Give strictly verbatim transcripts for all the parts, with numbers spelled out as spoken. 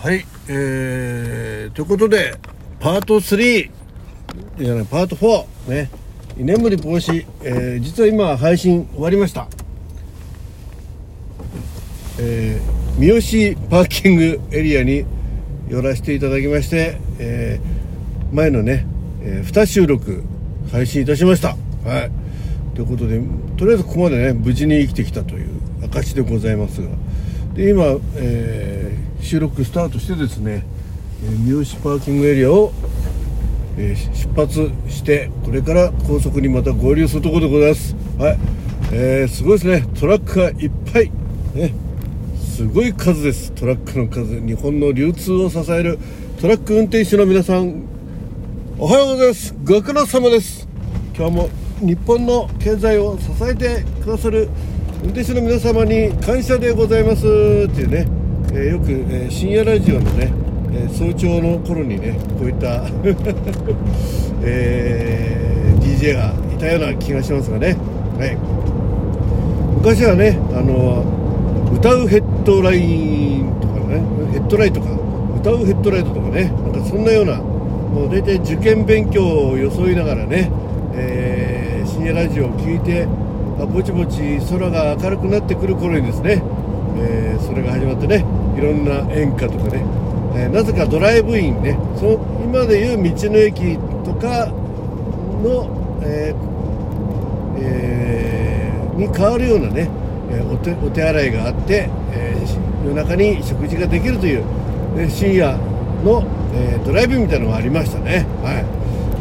はい、えー、ということでパートスリーじゃないパートフォーね、居眠り防止、えー、実は今配信終わりました。えー、三好パーキングエリアに寄らせていただきまして、えー、前のね、えー、に収録配信いたしました。はい、ということでとりあえずここまでね無事に生きてきたという証でございますが、で今、えー、収録スタートしてですね、えー、三好パーキングエリアを、えー、出発してこれから高速にまた合流するところでございます。はい、えー、すごいですね。トラックがいっぱいね、すごい数です。トラックの数、日本の流通を支えるトラック運転手の皆さん、おはようございます。ご苦労様です。今日も日本の経済を支えてくださる運転手の皆様に感謝でございますっていうね、えー、よく、えー、深夜ラジオのね、えー、早朝の頃にねこういった、えー、ディージェー がいたような気がしますがね、はい、昔はねあの歌うヘッドラインとかね、ヘッドライトか歌うヘッドライトとかね、なんかそんなようなもう大体受験勉強を装いながらね、えー、深夜ラジオを聞いてぼちぼち空が明るくなってくる頃にですね、えー、それが始まってね、いろんな演歌とかね、えー、なぜかドライブインね、その今でいう道の駅とかの、えーえー、に変わるようなね、えー、お手、お手洗いがあって、えー、夜中に食事ができるという、えー、深夜の、えー、ドライブインみたいなのがありましたね。はい、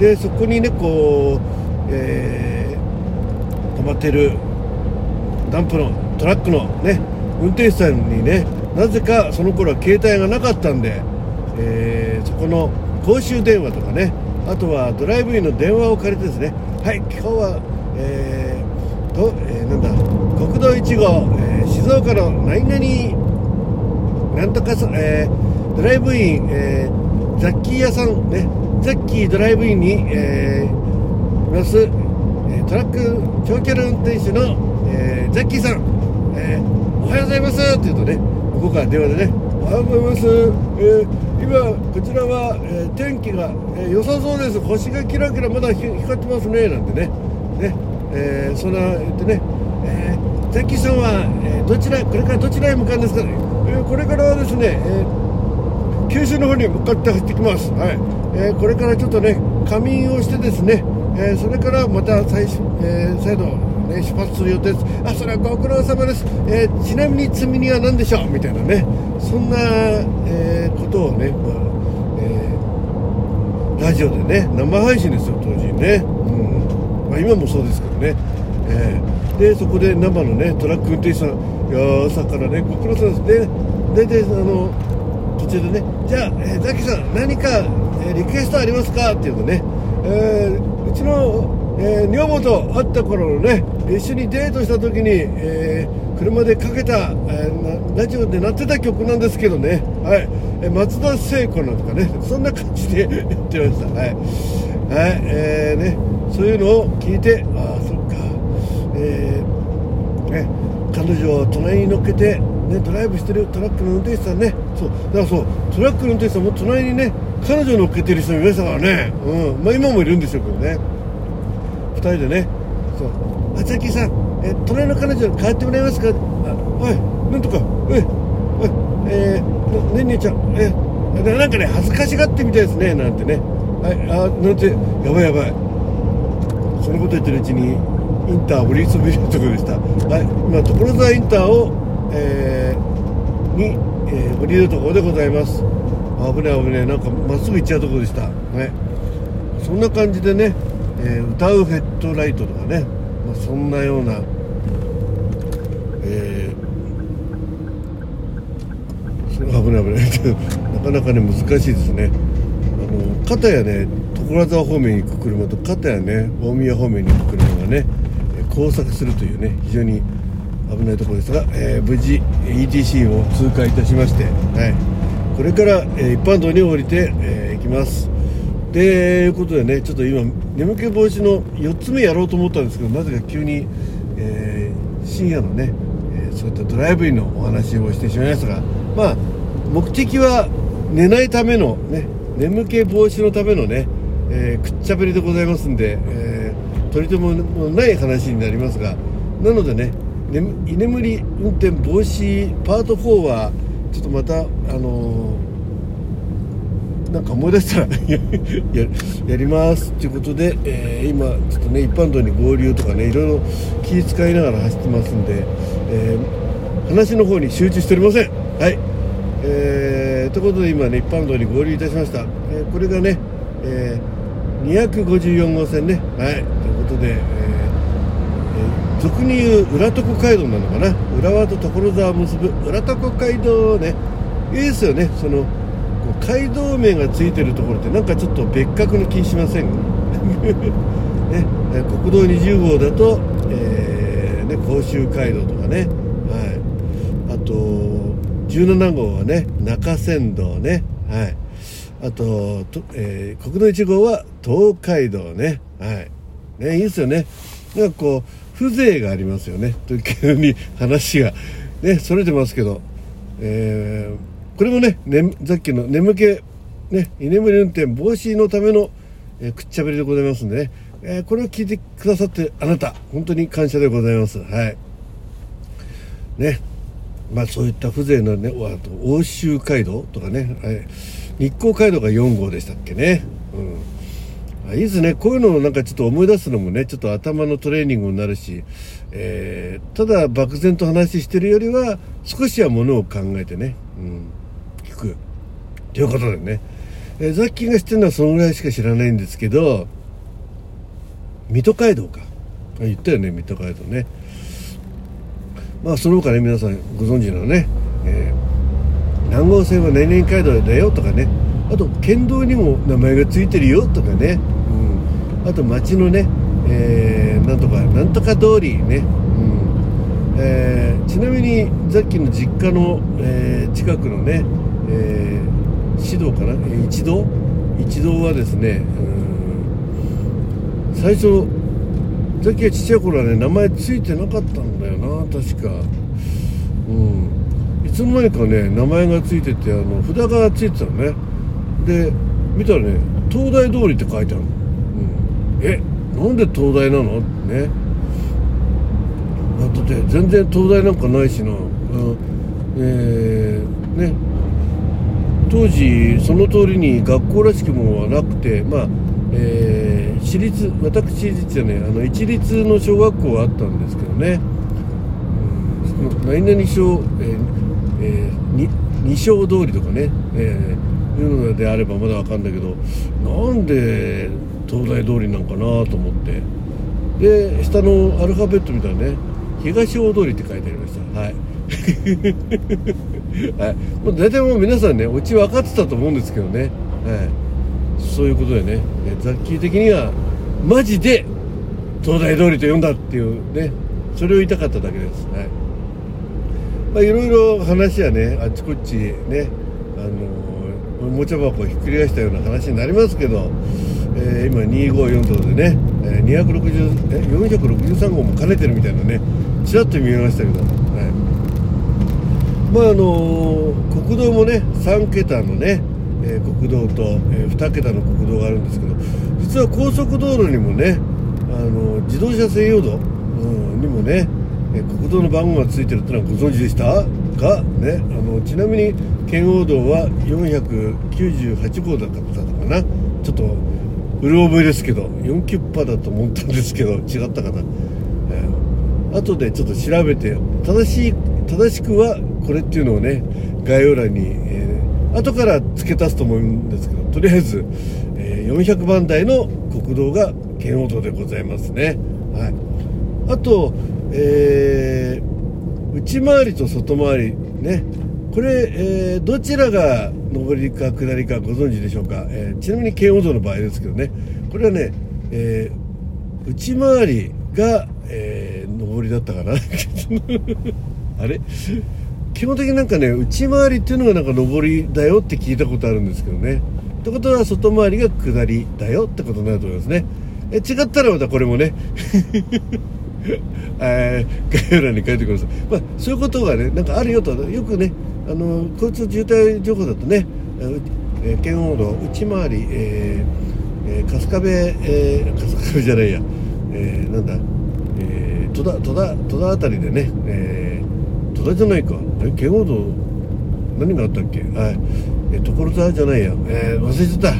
でそこにねこう、えー止まっているダンプのトラックのね運転手さんにね、なぜかその頃は携帯がなかったんで、えー、そこの公衆電話とかね、あとはドライブインの電話を借りてですね、はい今日は、えーとえー、なんだ国道いち号、えー、静岡の何々なんとか、えー、ドライブイン、えー、ザッキー屋さんね、ザッキードライブインに、えー、いますトラック長距離運転手の、えー、ザッキーさん、えー、おはようございますって言うとね、ここから電話でね、おはようございます、えー、今こちらは、えー、天気が、えー、良さそうです、星がキラキラまだ光ってますねなんてね、ね、えー、そんな言ってね、えー、ザッキーさんは、えー、どちらこれからどちらへ向かうんですか、えー、これからはですね、えー、九州の方に向かって走ってきます。はい、えー、これからちょっとね仮眠をしてですね、えー、それからまた再、えー、再度、ね、出発する予定です。あ、それはご苦労様です。えー、ちなみに積み荷は何でしょうみたいなね、そんな、えー、ことをね、まあえー、ラジオでね生配信ですよ当時ね、うんまあ、今もそうですけどね、えー、でそこで生のねトラック運転手さん、いや朝からねご苦労様ですね。大体あの途中でね、じゃあ、えー、ザキさん何か、えー、リクエストありますかっていうとね、えー、うちの、えー、女房と会った頃のね一緒にデートした時に、えー、車でかけた、えー、ラジオで鳴ってた曲なんですけどね、はい、えー、松田聖子なんとかね、そんな感じでやってました。はい、はい、えー、ね、そういうのを聞いて、ああそっか、えーね、彼女を隣に乗っけて、ね、ドライブしてるトラックの運転手さんね、そうだからそうトラックの運転手さんも隣にね彼女を乗っけてる人もいましたからね、うんまあ、今もいるんでしょうけどね、ふたりでね、そうあザッキーさん、え隣の彼女に帰ってもらえますか、あはいなんとかええー、ねんねちゃん、えなんかね恥ずかしがってみたいですねなんてね、はいあなんてやばいやばい、そのこと言ってるうちにインターを降りそびれるところでした。はい、今所沢インターを、えー、に、えー、降りるところでございます。危ない危ない、なんかまっすぐ行っちゃうところでした、ね、そんな感じでね、えー、歌うヘッドライトとかね、まあ、そんなような、えー、危ない危ないなかなかね難しいですね。あの片やね所沢方面に行く車と片やね大宮方面に行く車がね交錯するというね非常に危ないところですが、えー、無事 イーティーシー を通過いたしまして、はい、これから、えー、一般道に降りて、えー、行きます。でいうことでね、ちょっと今眠気防止のよっつめやろうと思ったんですけど、なぜか急に、えー、深夜のね、えー、そういったドライブインのお話をしてしまいましたが、まあ目的は寝ないためのね、眠気防止のためのね、えー、くっちゃべりでございますんで、えー、取り留めもない話になりますが、なのでね、居眠り運転防止パートフォーはちょっとまたあのー、なんか思い出したらや, やりますということで、えー、今ちょっとね一般道に合流とかねいろいろ気遣いながら走ってますんで、えー、話の方に集中しておりません。はい、えー、ということで今ね一般道に合流いたしました。えー、これがね、えー、にひゃくごじゅうよんごうせんね。はい、ということで、えー俗に言う裏床街道なのかな、浦和と所沢を結ぶ裏床街道ね、いいですよね。その街道名がついてるところってなんかちょっと別格の気しませんね。国道にじゅうごうだと、えーね、甲州街道とかね、はい、あとじゅうななごうはね中山道ね、はい、あと、とえー、国道いちごうは東海道ね、はいね、いいですよね。なんかこう風情がありますよね。という急に話がねそれてますけど、えー、これもね、ね、さっきの眠気ね居眠り運転防止のための、えー、くっちゃべりでございますんでね、えー、これを聞いてくださってあなた本当に感謝でございます。はいね、まあそういった風情のね、あと奥州街道とかね、はい、日光街道がよんごうでしたっけね。うんいいですね。こういうのをなんかちょっと思い出すのもねちょっと頭のトレーニングになるし、えー、ただ漠然と話してるよりは少しはものを考えてね、うん、聞くということでね、えー、ザッキーが知ってるのはそのぐらいしか知らないんですけど、水戸街道か言ったよね、水戸街道ね。まあその他ね皆さんご存知のね、えー、南郷線は何々街道だよとかね、あと県道にも名前がついてるよとかね、うん、あと町のね、えー、なんとかなんとか通りね、うんえー、ちなみにさっきの実家の、えー、近くのね、えー、市道かな、一道一道はですね、うん、最初さっきがちっちゃい頃はね名前ついてなかったんだよな確か、うん、いつの間にかね名前がついててあの札がついてたのね。で見たらね東大通りって書いてあるの、うん、えなんで東大なのってね。だって全然東大なんかないしな、うんえー、ね当時その通りに学校らしきものはなくて、まあ、えー、私立私立はねあの一律の小学校はあったんですけどね、うん、何々小、えーえー、に二小通りとかね、えーいうのであればまだわかんないけど、なんで東大通りなんかなと思って、で下のアルファベット見たらね東大通りって書いてありました。はい、はい、もう大体もう皆さんねうち分かってたと思うんですけどね、はい、そういうことでねザッキー的にはマジで東大通りと呼んだっていうね、それを言いたかっただけです。はい、まあいろいろ話はねあっちこっちねあのおもちゃ箱をひっくり返したような話になりますけど、えー、今にひゃくごじゅうよんとでね、えー、にひゃくろくじゅうえよんひゃくろくじゅうさんごうも兼ねてるみたいなねちらっと見えましたけど、はい、まああのー、国道もねさんけたのね、えー、国道と、えー、にけたの国道があるんですけど、実は高速道路にもね、あのー、自動車専用道、うん、にもね、えー、国道の番号がついてるってのはご存知でしたかね。あのちなみに圏央道はよんひゃくきゅうじゅうはちごうだったかな、ちょっとうる覚えですけどよんキュッパだと思ったんですけど違ったかな、えー、後でちょっと調べて正しい正しくはこれっていうのをね概要欄に、えー、後から付け足すと思うんですけど、とりあえず、えー、よんひゃくばんだいの国道が圏央道でございますね。はい、あと、えー、内回りと外回りね、これ、えー、どちらが上りか下りかご存知でしょうか。えー、ちなみに圏央道の場合ですけどね、これはね、えー、内回りが、えー、上りだったかなあれ基本的になんかね内回りっていうのがなんか上りだよって聞いたことあるんですけどね。ってことは外回りが下りだよってことになると思いますね。え違ったらまたこれもねえー、概要欄に書いてください。まあそういうことがねなんかあるよと、よくねあの交通渋滞情報だとね、 えー、圏央道内回り、えーえー、春日部、えー、春日部じゃないや、えー、なんだ、えー、戸田戸田戸田あたりでね、えー、戸田じゃないか、圏央道何があったっけ、はい、えー、所沢じゃないや、えー、忘れちゃった、うん、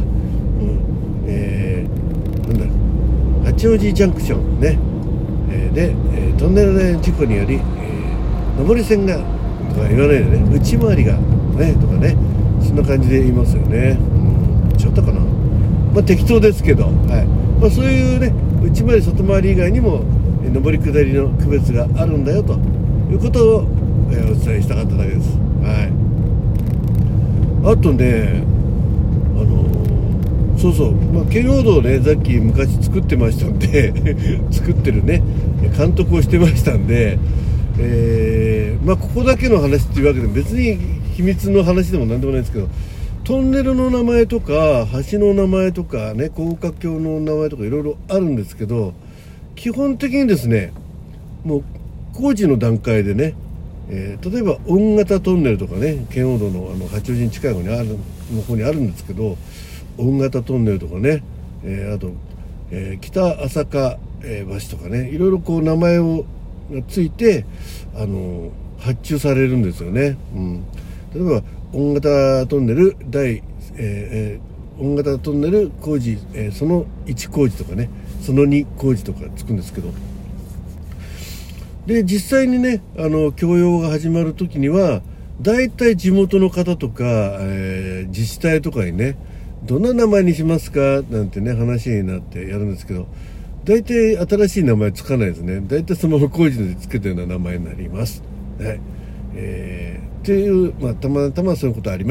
えー、なんだ八王子ジャンクションね、えー、で、えー、トンネルの事故により、えー、上り線がとか言わないでね、内回りがねとかね、そんな感じで言いますよね。うん、ちょっとかな、まあ適当ですけど、はい、まあ、そういうね内回り外回り以外にも上り下りの区別があるんだよということを、えー、お伝えしたかっただけです。はい。あとね、あのー、そうそう、まあ、圏央道をねさっき昔作ってましたんで作ってるね監督をしてましたんで、えーまあ、ここだけの話っていうわけで別に秘密の話でもなんでもないんですけど、トンネルの名前とか橋の名前とかね、高架橋の名前とかいろいろあるんですけど、基本的にですねもう工事の段階でね、えー、例えば大型トンネルとかね、圏央道のあの八王子に近い方にあるの方にあるんですけど、大型トンネルとかね、えー、あと、えー、北朝霞、えー、橋とかね、いろいろこう名前をがついてあの発注されるんですよね。うん、例えば大型トンネル大、えー、大型トンネル工事、えー、そのいち工事とかね、そのに工事とかつくんですけど、で実際にねあの供用が始まる時にはだいたい地元の方とか、えー、自治体とかにね、どんな名前にしますかなんてね話になってやるんですけど、大体新しい名前つかないですね。大体その工事でつけたような名前になります。はい。えー、っていう、まあ、たまたまそういうことあります。